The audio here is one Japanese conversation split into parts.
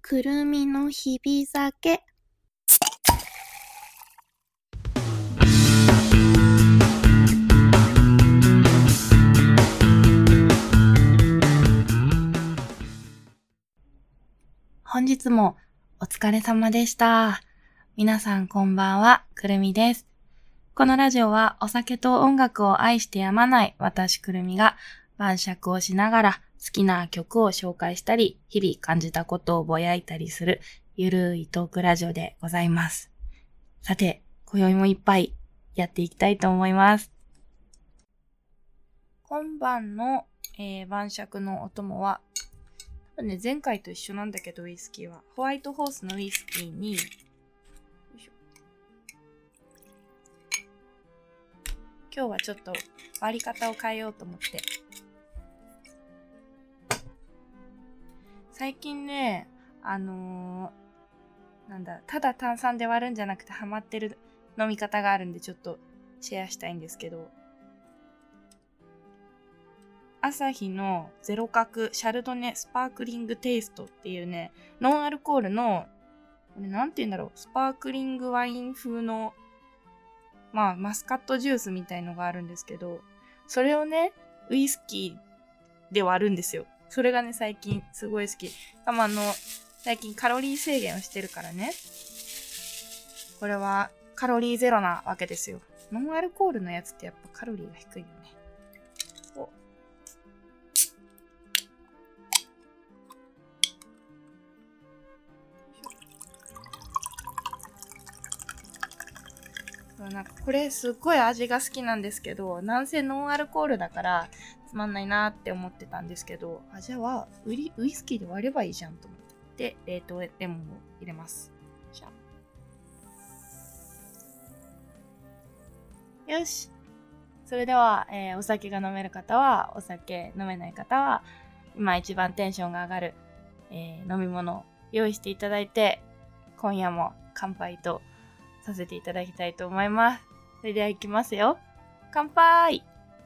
くるみの日々酒。本日もお疲れ様でした。皆さんこんばんは、くるみです。このラジオはお酒と音楽を愛してやまない私くるみが晩酌をしながら好きな曲を紹介したり、日々感じたことをぼやいたりするゆるいトークラジオでございます。さて、今宵もいっぱいやっていきたいと思います。今晩の、晩酌のお供は、多分ね、前回と一緒なんだけどウイスキーはホワイトホースのウイスキーに今日はちょっと割り方を変えようと思って最近ねただ炭酸で割るんじゃなくてハマってる飲み方があるんでちょっとシェアしたいんですけど、アサヒのゼロ角シャルドネスパークリングテイストっていうね、ノンアルコールのなんて言うんだろう、スパークリングワイン風のマスカットジュースみたいのがあるんですけど、それをねウイスキーで割るんですよ。それがね最近すごい好き。最近カロリー制限をしてるからね、これはカロリーゼロなわけですよ。ノンアルコールのやつってやっぱカロリーが低いよね。なんかこれすっごい味が好きなんですけど、なんせノンアルコールだからつまんないなって思ってたんですけど、じゃあウイスキーで割ればいいじゃんと思って冷凍レモンを入れます。よし、それでは、お酒が飲める方はお酒、飲めない方は今一番テンションが上がる、飲み物を用意していただいて、今夜も乾杯とさせていただきたいと思います。それではいきますよ。乾杯。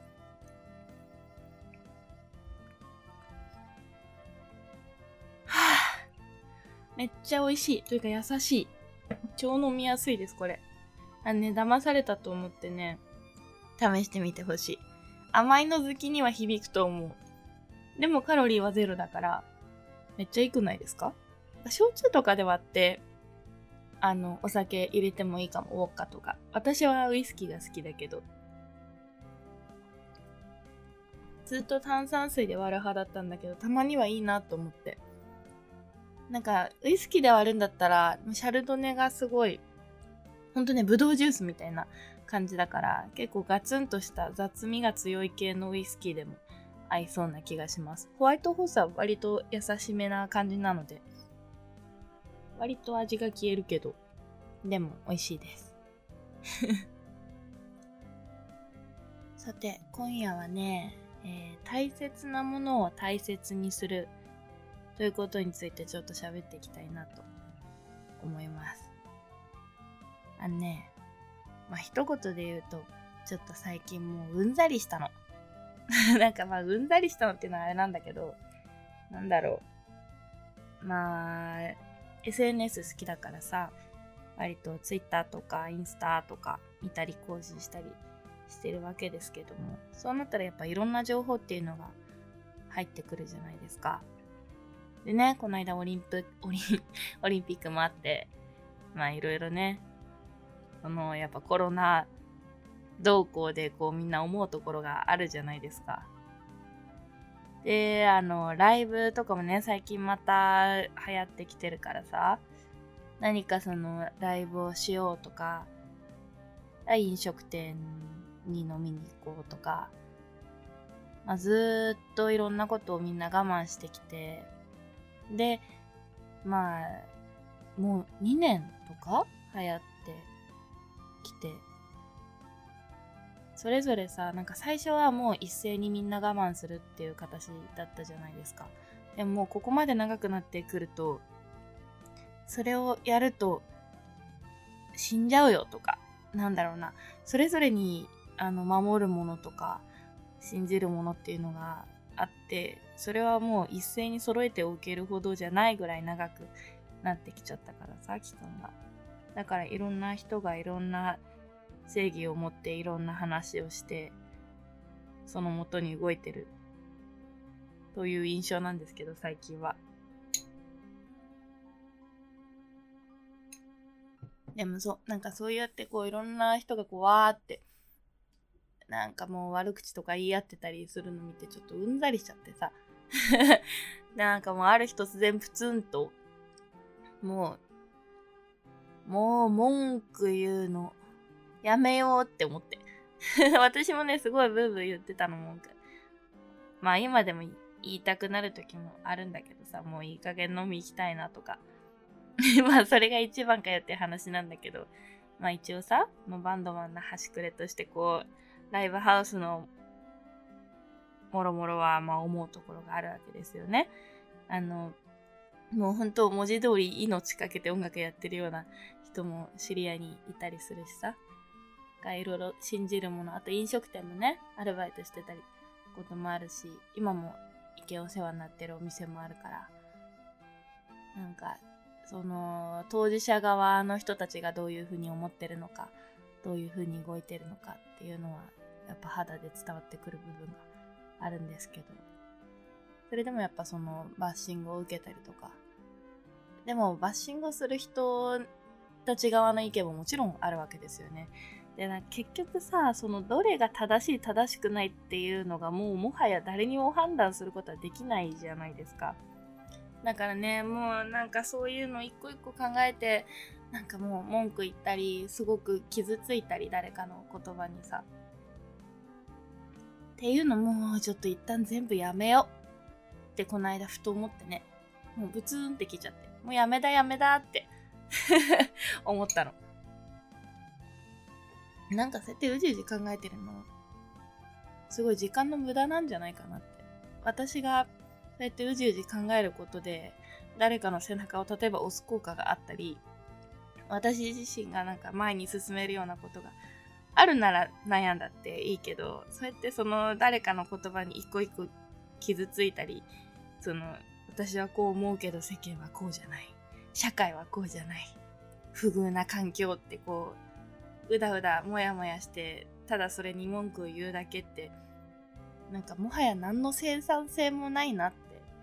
めっちゃ美味しいというか優しい。超飲みやすいですこれ。騙されたと思ってね、試してみてほしい。甘いの好きには響くと思う。でもカロリーはゼロだからめっちゃいいくないですか？焼酎とかで割ってお酒入れてもいいかも。ウォッカとか。私はウイスキーが好きだけど、ずっと炭酸水で割る派だったんだけど、たまにはいいなと思って。なんかウイスキーで割るんだったらシャルドネがすごいほんとね、ブドウジュースみたいな感じだから、結構ガツンとした雑味が強い系のウイスキーでも合いそうな気がします。ホワイトホースは割と優しめな感じなので、割と味が消えるけど、でも美味しいですさて、今夜はね、大切なものを大切にするということについてちょっと喋っていきたいなと思います。一言で言うと、ちょっと最近もううんざりしたのなんかうんざりしたのっていうのはあれなんだけど、なんだろう、SNS 好きだからさ、割と Twitter とかインスタとか見たり更新したりしてるわけですけども、そうなったらやっぱいろんな情報っていうのが入ってくるじゃないですか。でね、この間オリンピックもあって、いろいろね、やっぱコロナ動向でみんな思うところがあるじゃないですか。で、ライブとかもね、最近また流行ってきてるからさ、何かライブをしようとか、飲食店に飲みに行こうとか、ずっといろんなことをみんな我慢してきて、で、もう2年とか流行ってきて、それぞれさ、最初はもう一斉にみんな我慢するっていう形だったじゃないですか。でももうここまで長くなってくると、それをやると死んじゃうよとか、それぞれに守るものとか信じるものっていうのがあって、それはもう一斉に揃えておけるほどじゃないぐらい長くなってきちゃったからさ、期間が。だからいろんな人がいろんな正義を持っていろんな話をして、その元に動いてるという印象なんですけど、最近は。でもなんかそうやってこういろんな人がこうわーってなんかもう悪口とか言い合ってたりするの見てちょっとうんざりしちゃってさなんかもうある日突然プツンともう文句言うのやめようって思って私もねすごいブーブー言ってたの文句。まあ今でも言いたくなる時もあるんだけどさ、もういい加減飲み行きたいなとかまあそれが一番かよって話なんだけど、まあ一応さ、バンドマンな端くれとしてこうライブハウスのもろもろはまあ思うところがあるわけですよね。もう本当文字通り命かけて音楽やってるような人も知り合いにいたりするしさ、いろいろ信じるもの、あと飲食店もねアルバイトしてたりこともあるし、今も一見お世話になってるお店もあるから、なんかその当事者側の人たちがどういうふうに思ってるのか、どういうふうに動いてるのかっていうのはやっぱ肌で伝わってくる部分があるんですけど、それでもやっぱそのバッシングを受けたりとか、でもバッシングをする人たち側の意見ももちろんあるわけですよね。で結局さ、そのどれが正しい正しくないっていうのがもはや誰にも判断することはできないじゃないですか。だからね、もうなんかそういうの一個一個考えて、なんかもう文句言ったり、すごく傷ついたり、誰かの言葉にさ。っていうのもちょっと一旦全部やめようってこの間ふと思ってね、もうブツンってきちゃって、もうやめだって思ったの。なんかそうやってうじうじ考えてるの、すごい時間の無駄なんじゃないかなって。私がそうやってうじうじ考えることで誰かの背中を例えば押す効果があったり、私自身がなんか前に進めるようなことがあるなら悩んだっていいけど、そうやってその誰かの言葉に一個一個傷ついたり、その私はこう思うけど世間はこうじゃない、社会はこうじゃない、不遇な環境ってこううだうだもやもやしてただそれに文句を言うだけって、なんかもはや何の生産性もないなって。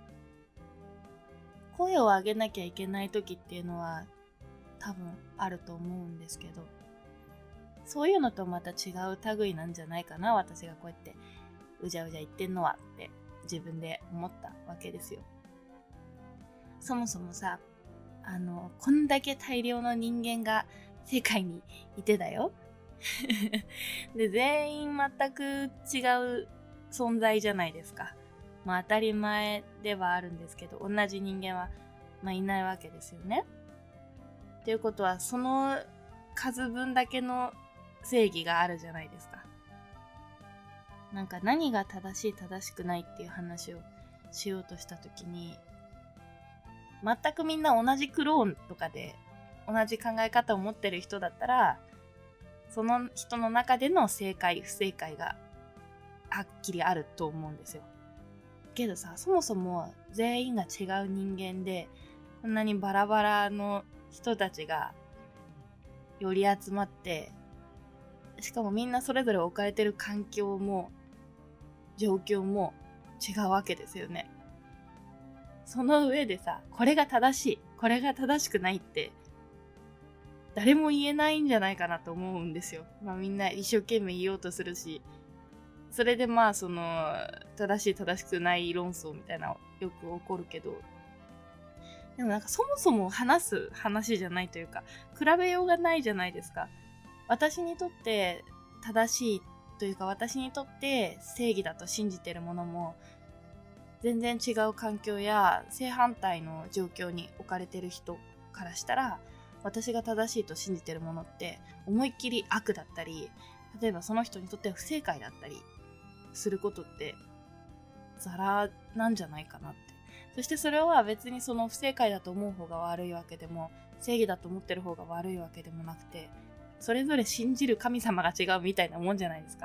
声を上げなきゃいけない時っていうのは多分あると思うんですけど、そういうのとまた違う類なんじゃないかな、私がこうやってうじゃうじゃ言ってんのはって自分で思ったわけですよ。そもそもさ、こんだけ大量の人間が世界にいてだよで全員全く違う存在じゃないですか。まあ当たり前ではあるんですけど、同じ人間は、いないわけですよね。っていうことはその数分だけの正義があるじゃないですか。なんか何が正しい正しくないっていう話をしようとしたときに、全くみんな同じクローンとかで同じ考え方を持ってる人だったら、その人の中での正解不正解がはっきりあると思うんですよ。けどさ、そもそも全員が違う人間で、こんなにバラバラの人たちが寄り集まって、しかもみんなそれぞれ置かれてる環境も状況も違うわけですよね。その上でさ、これが正しい、これが正しくないって誰も言えないんじゃないかなと思うんですよ。みんな一生懸命言おうとするし、それでその正しい正しくない論争みたいなのよく起こるけど、でもなんかそもそも話す話じゃないというか、比べようがないじゃないですか。私にとって正しいというか、私にとって正義だと信じてるものも、全然違う環境や正反対の状況に置かれてる人からしたら、私が正しいと信じてるものって思いっきり悪だったり、例えばその人にとっては不正解だったりすることってザラなんじゃないかなって。そしてそれは別にその不正解だと思う方が悪いわけでも、正義だと思ってる方が悪いわけでもなくて、それぞれ信じる神様が違うみたいなもんじゃないですか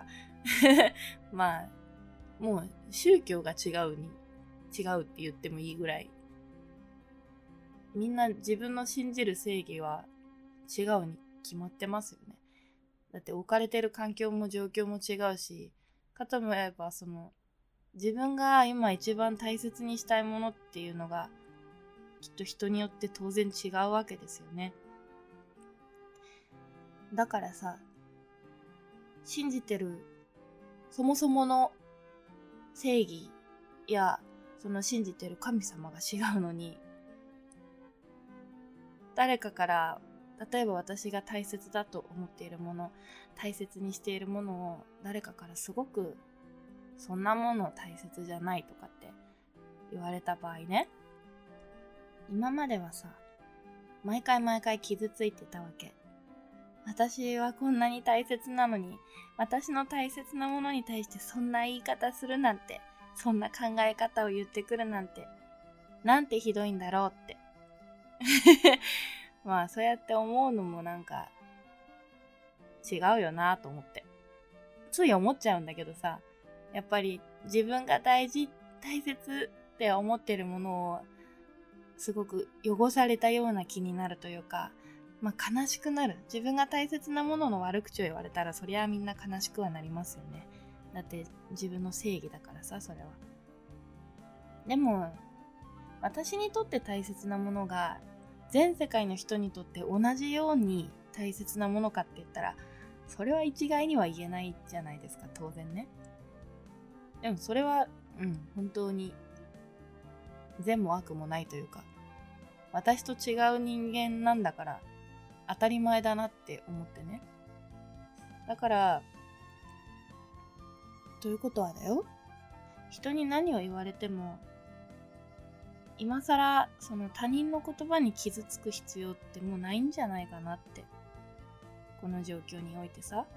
もう宗教が違うって言ってもいいぐらいみんな自分の信じる正義は違うに決まってますよね。だって置かれてる環境も状況も違うし、かとも言えば自分が今一番大切にしたいものっていうのがきっと人によって当然違うわけですよね。だからさ、信じてるそもそもの正義やその信じてる神様が違うのに、誰かから例えば私が大切だと思っているもの、大切にしているものを誰かからすごくそんなもの大切じゃないとかって言われた場合ね、今まではさ、毎回傷ついてたわけ。私はこんなに大切なのに、私の大切なものに対してそんな言い方するなんて、そんな考え方を言ってくるなんて、なんてひどいんだろうってまあそうやって思うのもなんか違うよなと思って、つい思っちゃうんだけどさ、やっぱり自分が大切って思ってるものをすごく汚されたような気になるというか、まあ悲しくなる。自分が大切なものの悪口を言われたらそりゃみんな悲しくはなりますよね。だって自分の正義だからさ、それは。でも私にとって大切なものが全世界の人にとって同じように大切なものかって言ったら、それは一概には言えないじゃないですか、当然ね。でもそれは本当に善も悪もないというか、私と違う人間なんだから当たり前だなって思ってね。だからということはだよ、人に何を言われても今更その他人の言葉に傷つく必要ってもうないんじゃないかなって、この状況においてさ。だ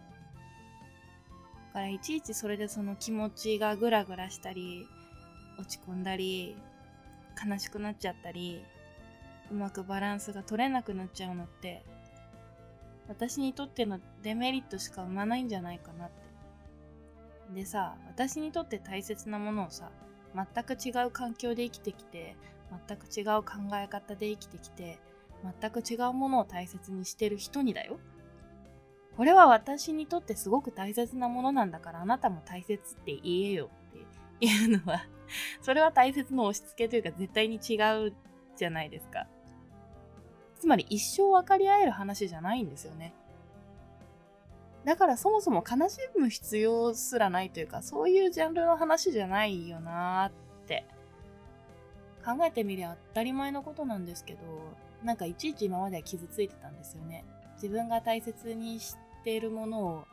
からいちいちそれでその気持ちがグラグラしたり落ち込んだり悲しくなっちゃったり、うまくバランスが取れなくなっちゃうのって私にとってのデメリットしか生まないんじゃないかなって。でさ、私にとって大切なものをさ、全く違う環境で生きてきて、全く違う考え方で生きてきて、全く違うものを大切にしてる人にだよ。これは私にとってすごく大切なものなんだから、あなたも大切って言えよっていうのはそれは大切の押し付けというか絶対に違うじゃないですか。つまり一生分かり合える話じゃないんですよね。だからそもそも悲しむ必要すらないというか、そういうジャンルの話じゃないよなって考えてみりゃ当たり前のことなんですけど、なんかいちいち今までは傷ついてたんですよね。自分が大切にしているものを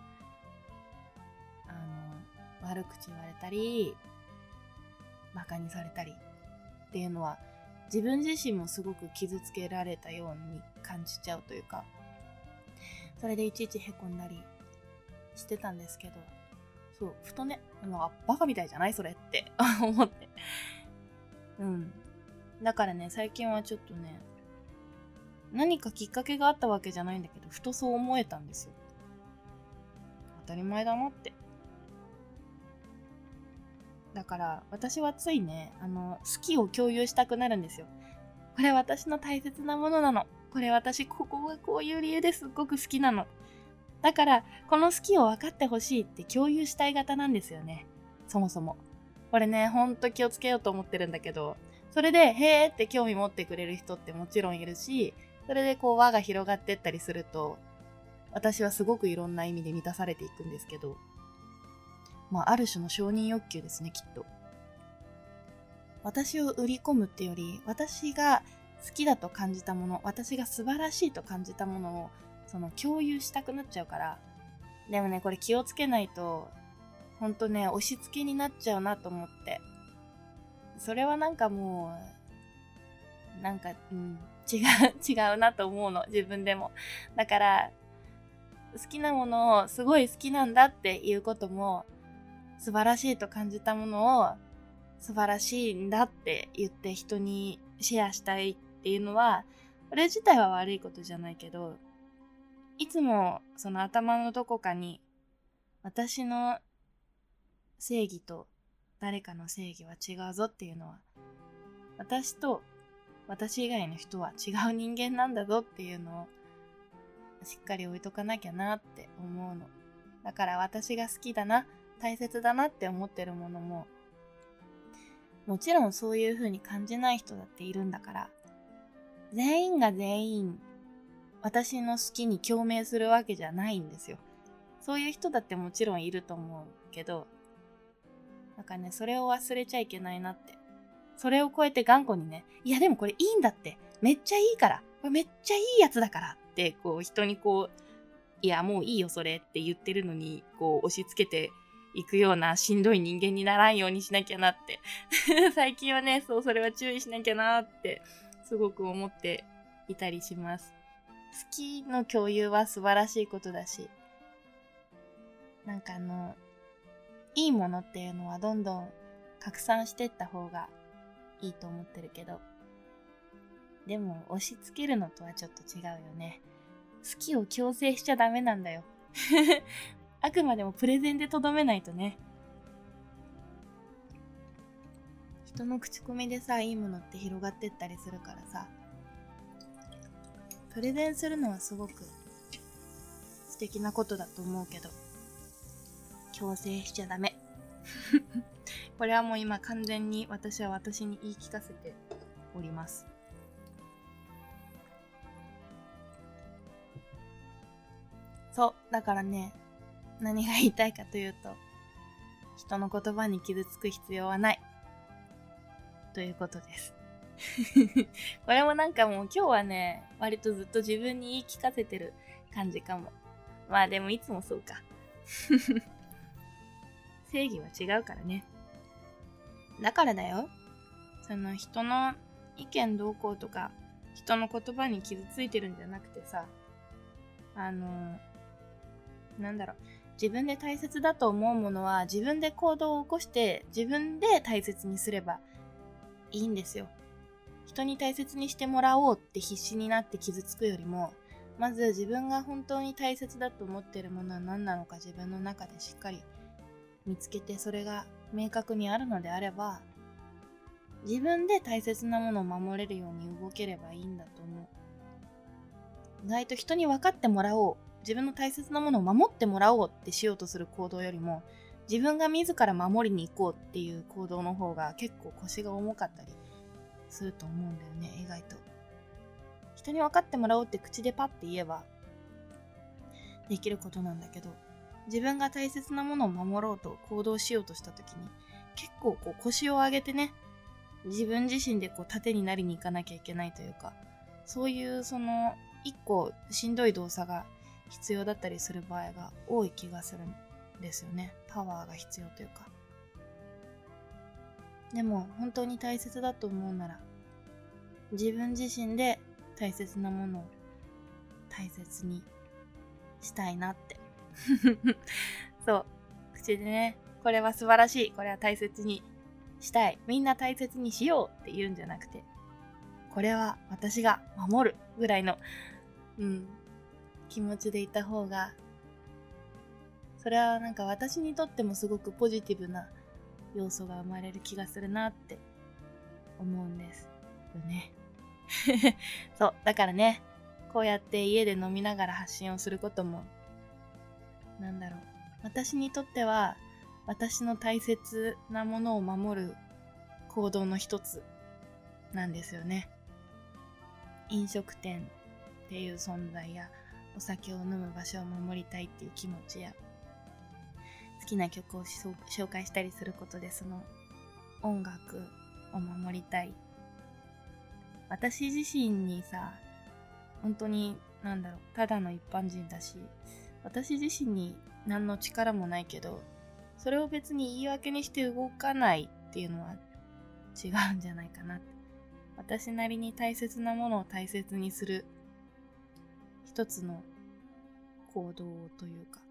悪口言われたりバカにされたりっていうのは自分自身もすごく傷つけられたように感じちゃうというか、それでいちいちへこんだりしてたんですけど、そうふとね、バカみたいじゃないそれって思ってだからね、最近はちょっとね、何かきっかけがあったわけじゃないんだけど、ふとそう思えたんですよ。当たり前だなって。だから私はついね、好きを共有したくなるんですよ。これ私の大切なものなの。これ私ここがこういう理由ですっごく好きなの。だからこの好きを分かってほしいって共有したい型なんですよね。そもそも。これね、ほんと気をつけようと思ってるんだけど、それでへーって興味持ってくれる人ってもちろんいるし、それでこう輪が広がってったりすると、私はすごくいろんな意味で満たされていくんですけど、ある種の承認欲求ですね、きっと。私を売り込むってより、私が好きだと感じたもの、私が素晴らしいと感じたものを共有したくなっちゃうから。でもね、これ気をつけないとほんとね、押し付けになっちゃうなと思って。それはなんかもう違うなと思うの、自分でも。だから好きなものをすごい好きなんだっていうことも、素晴らしいと感じたものを素晴らしいんだって言って人にシェアしたいっていうのは、これ自体は悪いことじゃないけど、いつもその頭のどこかに私の正義と誰かの正義は違うぞっていうのは、私と私以外の人は違う人間なんだぞっていうのをしっかり置いとかなきゃなって思うの。だから私が好きだな、大切だなって思ってるものも、もちろんそういう風に感じない人だっているんだから、全員が全員私の好きに共鳴するわけじゃないんですよ。そういう人だってもちろんいると思うけど、なんかね、それを忘れちゃいけないなって。それを超えて頑固にね、いやでもこれいいんだって、めっちゃいいから、これめっちゃいいやつだからって、こう人にこう、いやもういいよそれって言ってるのに、こう押し付けていくようなしんどい人間にならんようにしなきゃなって。最近はね、それは注意しなきゃなって、すごく思っていたりします。好きの共有は素晴らしいことだし、なんかいいものっていうのはどんどん拡散していった方がいいと思ってるけど、でも押し付けるのとはちょっと違うよね。好きを強制しちゃダメなんだよ。あくまでもプレゼンでとどめないとね。人の口コミでさ、いいものって広がってったりするからさ、プレゼンするのはすごく素敵なことだと思うけど、強制しちゃダメ。これはもう今完全に私は私に言い聞かせております。そう、だからね、何が言いたいかというと、人の言葉に傷つく必要はない。ということです。これもなんかもう今日はね、割とずっと自分に言い聞かせてる感じかも。まあでもいつもそうか。正義は違うからね。だからだよ。その人の意見どうこうとか、人の言葉に傷ついてるんじゃなくてさ、なんだろう。自分で大切だと思うものは自分で行動を起こして自分で大切にすればいいんですよ。人に大切にしてもらおうって必死になって傷つくよりも、まず自分が本当に大切だと思っているものは何なのか自分の中でしっかり見つけて、それが明確にあるのであれば、自分で大切なものを守れるように動ければいいんだと思う。意外と人に分かってもらおう、自分の大切なものを守ってもらおうってしようとする行動よりも、自分が自ら守りに行こうっていう行動の方が結構腰が重かったりすると思うんだよね、意外と。人に分かってもらおうって口でパッて言えばできることなんだけど、自分が大切なものを守ろうと行動しようとした時に、結構こう腰を上げてね、自分自身でこう盾になりに行かなきゃいけないというか、そういうその一個しんどい動作が必要だったりする場合が多い気がするんですよね。パワーが必要というか。でも本当に大切だと思うなら、自分自身で大切なものを大切にしたいなってそう、口でね、これは素晴らしい、これは大切にしたい、みんな大切にしようって言うんじゃなくて、これは私が守るぐらいの気持ちでいた方が、それはなんか私にとってもすごくポジティブな要素が生まれる気がするなって思うんですよね。そう、だからね、こうやって家で飲みながら発信をすることも、なんだろう、私にとっては私の大切なものを守る行動の一つなんですよね。飲食店っていう存在やお酒を飲む場所を守りたいっていう気持ちや、好きな曲を紹介したりすることでその音楽を守りたい。私自身にさ、本当にただの一般人だし、私自身に何の力もないけど、それを別に言い訳にして動かないっていうのは違うんじゃないかなって。私なりに大切なものを大切にする一つの行動というか、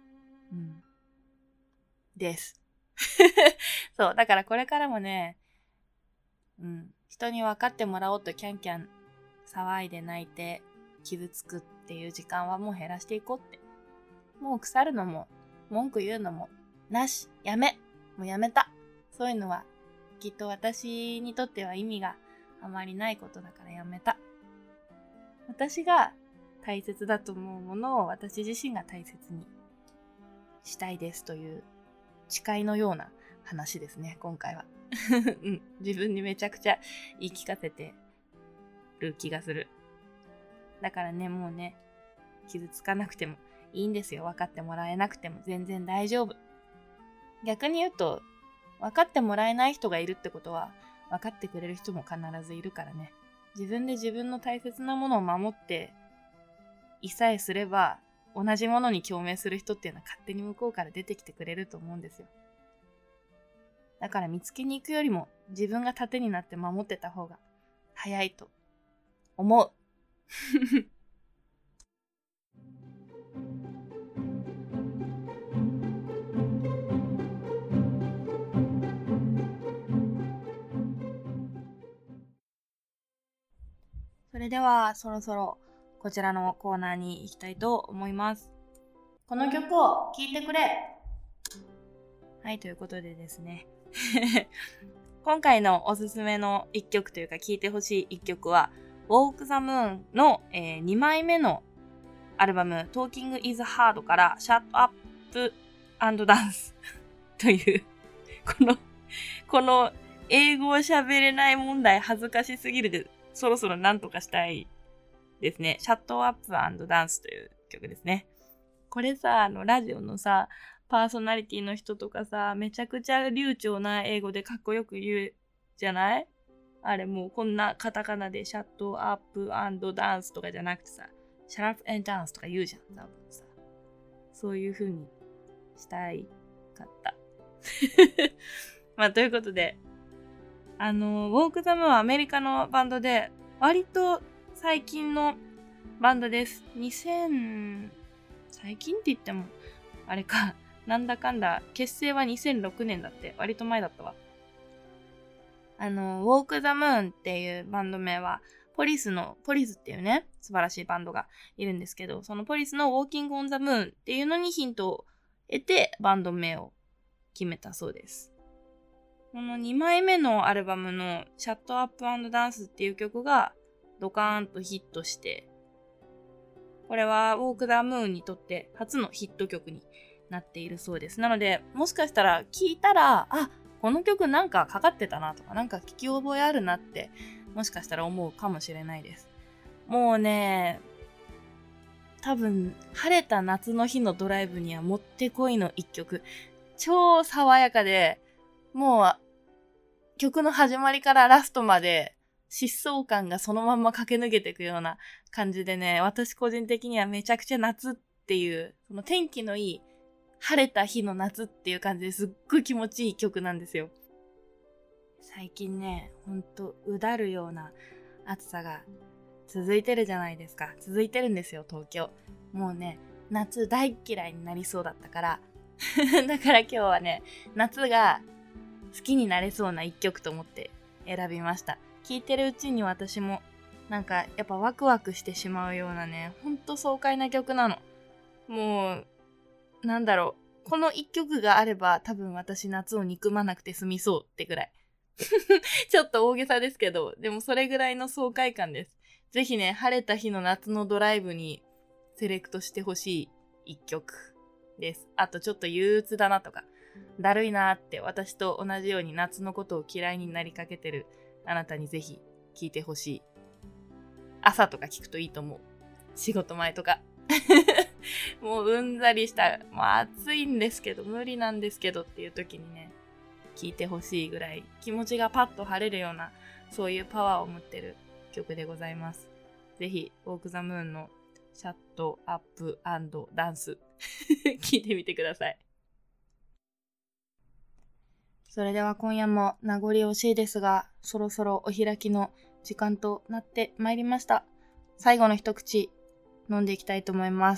です。そう、だからこれからもね、人に分かってもらおうとキャンキャン騒いで泣いて傷つくっていう時間はもう減らしていこうって。もう腐るのも文句言うのもなし、もうやめた。そういうのはきっと私にとっては意味があまりないことだからやめた。私が大切だと思うものを私自身が大切にしたいですという誓いのような話ですね、今回は。うん、自分にめちゃくちゃ言い聞かせてる気がする。だからね、もうね、傷つかなくてもいいんですよ。分かってもらえなくても全然大丈夫。逆に言うと、分かってもらえない人がいるってことは、分かってくれる人も必ずいるからね。自分で自分の大切なものを守っていさえすれば、同じものに共鳴する人っていうのは勝手に向こうから出てきてくれると思うんですよ。だから見つけに行くよりも自分が盾になって守ってた方が早いと思う。それではそろそろこちらのコーナーに行きたいと思います。この曲を聴いてくれ。はい、ということでですね。今回のおすすめの一曲というか聴いてほしい一曲は Walk the Moon の、2枚目のアルバム Talking is Hard から Shut Up and Dance というこの英語を喋れない問題恥ずかしすぎるでそろそろなんとかしたいですね。Shut Up and Dance という曲ですね。これさ、ラジオのさ、パーソナリティの人とかさ、めちゃくちゃ流暢な英語でかっこよく言うじゃない？あれもうこんなカタカナで Shut Up and Dance とかじゃなくてさ、Shut Up and Dance とか言うじゃん。多分さ。そういう風にしたいかった。まあ、ということで、Walk the Moon はアメリカのバンドで、割と最近のバンドです。最近って言っても、あれか、なんだかんだ、結成は2006年だって、割と前だったわ。Walk the Moon っていうバンド名は、ポリスっていうね、素晴らしいバンドがいるんですけど、そのポリスの Walking on the Moon っていうのにヒントを得て、バンド名を決めたそうです。この2枚目のアルバムの Shut Up and Dance っていう曲がドカーンとヒットして、これは Walk the Moon にとって初のヒット曲になっているそうです。なので、もしかしたら聞いたら、あ、この曲なんかかかってたなとか、なんか聞き覚えあるなって、もしかしたら思うかもしれないです。もうね、多分、晴れた夏の日のドライブにはもってこいの一曲。超爽やかで、もう、曲の始まりからラストまで、疾走感がそのまんま駆け抜けていくような感じでね、私個人的にはめちゃくちゃ夏っていう、その天気のいい晴れた日の夏っていう感じですっごい気持ちいい曲なんですよ。最近ね、ほんとうだるような暑さが続いてるじゃないですか。続いてるんですよ、東京。もうね、夏大嫌いになりそうだったから。だから今日はね、夏が好きになれそうな一曲と思って選びました。聴いてるうちに私もなんかやっぱワクワクしてしまうようなね、ほんと爽快な曲なの。もう、なんだろう。この一曲があれば多分私夏を憎まなくて済みそうってぐらい。ちょっと大げさですけど、でもそれぐらいの爽快感です。ぜひね、晴れた日の夏のドライブにセレクトしてほしい一曲です。あとちょっと憂鬱だなとか、だるいなーって私と同じように夏のことを嫌いになりかけてるあなたにぜひ聴いてほしい。朝とか聞くといいと思う。仕事前とか。もううんざりした、もう暑いんですけど、無理なんですけどっていう時にね、聴いてほしいぐらい気持ちがパッと晴れるような、そういうパワーを持ってる曲でございます。ぜひ、Walk the Moon のシャットアップ&ダンス聴いてみてください。それでは今夜も名残惜しいですが、そろそろお開きの時間となってまいりました。最後の一口飲んでいきたいと思います。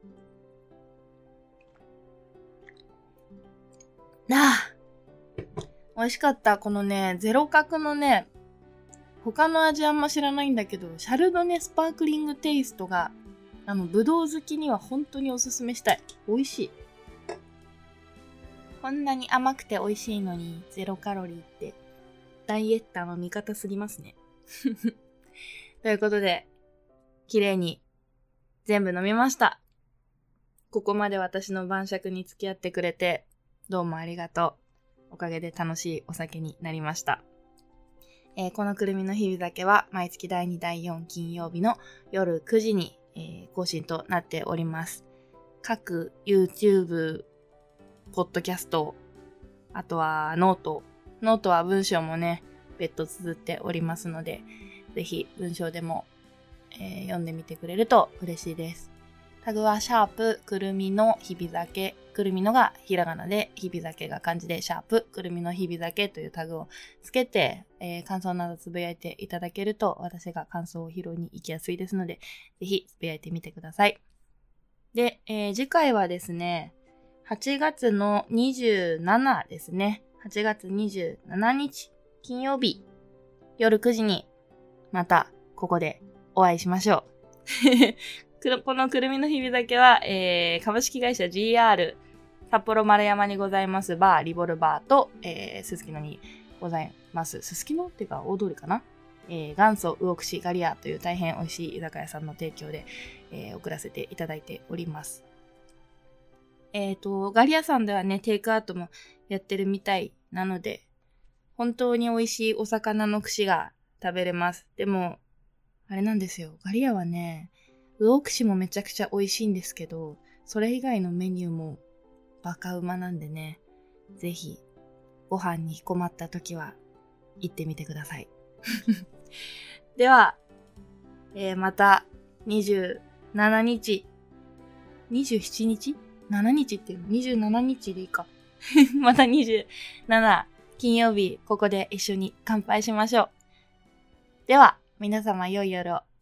美味しかった。このね、ゼロ角のね、他の味あんま知らないんだけど、シャルドネスパークリングテイストが、ぶどう好きには本当におすすめしたい。美味しい。こんなに甘くて美味しいのにゼロカロリーってダイエッターの味方すぎますね。 ということで、綺麗に全部飲みました。ここまで私の晩酌に付き合ってくれて、どうもありがとう。おかげで楽しいお酒になりました。このくるみの日々酒は毎月第2第4金曜日の夜9時に、更新となっております。各 YouTube、ポッドキャスト、あとはノートは文章もね、別途綴っておりますので、ぜひ文章でも、読んでみてくれると嬉しいです。タグはシャープくるみの日々酒、くるみのがひらがなで日々酒が漢字でシャープくるみの日々酒というタグをつけて、感想などつぶやいていただけると私が感想を拾いに行きやすいですので、ぜひつぶやいてみてください。で、次回はですね、8月の27ですね。8月27日金曜日夜9時にまたここでお会いしましょう。このくるみの日々酒は、株式会社 GR 札幌丸山にございますバーリボルバーと、すすきのにございます。すすきのっていうか大通りかな、元祖魚串ガリアという大変美味しい居酒屋さんの提供で、送らせていただいております。ガリアさんではね、テイクアウトもやってるみたいなので、本当に美味しいお魚の串が食べれます。でも、あれなんですよ。ガリアはね、魚串もめちゃくちゃ美味しいんですけど、それ以外のメニューもバカうまなんでね、ぜひご飯に困った時は行ってみてください。では、また27日、27日 ?7 日っていうの ?27 日でいいか。また27金曜日、ここで一緒に乾杯しましょう。では、皆様良い夜を。